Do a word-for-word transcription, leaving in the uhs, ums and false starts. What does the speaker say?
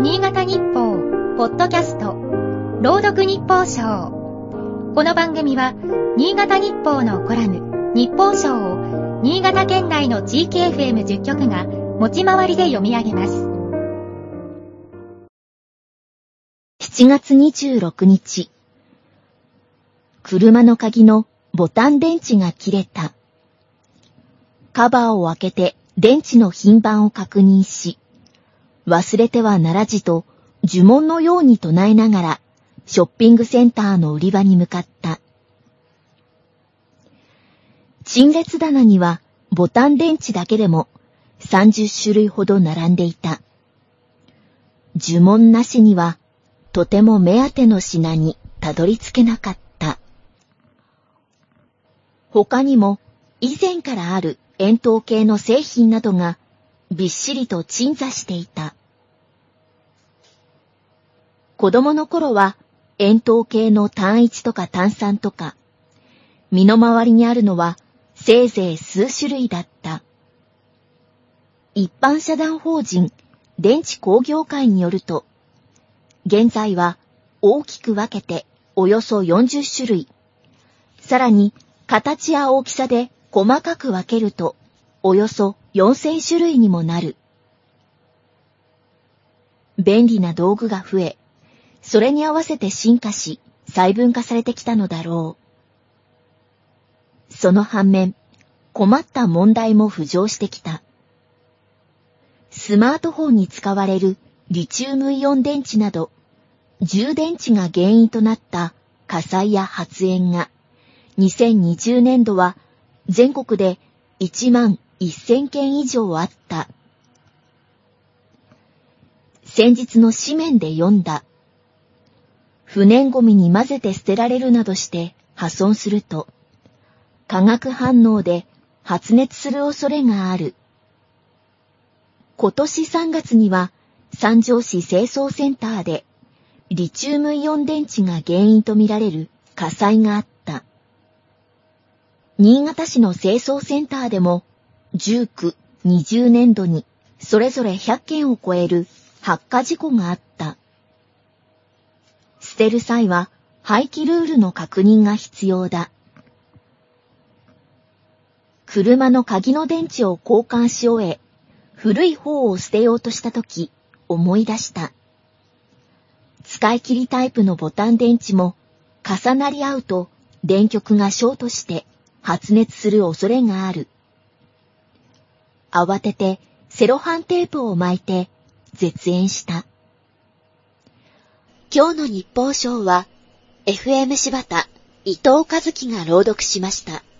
新潟日報ポッドキャスト朗読日報賞。この番組は新潟日報のコラム日報賞を新潟県内の地域 エフエムじゅっ 局が持ち回りで読み上げます。 しちがつにじゅうろくにち、車の鍵のボタン電池が切れた。カバーを開けて電池の品番を確認し、忘れてはならじと呪文のように唱えながらショッピングセンターの売り場に向かった。陳列棚にはボタン電池だけでもさんじゅっしゅるいほど並んでいた。呪文なしにはとても目当ての品にたどり着けなかった。他にも以前からある円筒形の製品などがびっしりと鎮座していた。子供の頃は円筒形の単一とか単三とか、身の回りにあるのはせいぜい数種類だった。一般社団法人電池工業会によると、現在は大きく分けておよそよんじゅっしゅるい、さらに形や大きさで細かく分けるとおよそよんせんしゅるいにもなる。便利な道具が増え、それに合わせて進化し細分化されてきたのだろう。その反面、困った問題も浮上してきた。スマートフォンに使われるリチウムイオン電池など、充電池が原因となった火災や発煙が、にせんにじゅうねんどは全国でいちまんせんけん以上あった。先日の紙面で読んだ。不燃ゴミに混ぜて捨てられるなどして破損すると、化学反応で発熱する恐れがある。今年さんがつには三条市清掃センターでリチウムイオン電池が原因とみられる火災があった。新潟市の清掃センターでもじゅうきゅう、にじゅうねんどにそれぞれひゃっけんを超える発火事故があった。捨てる際は廃棄ルールの確認が必要だ。車の鍵の電池を交換し終え、古い方を捨てようとしたとき思い出した。使い切りタイプのボタン電池も重なり合うと電極がショートして発熱する恐れがある。慌ててセロハンテープを巻いて絶縁した。今日の日報賞は エフエム 柴田伊藤和樹が朗読しました。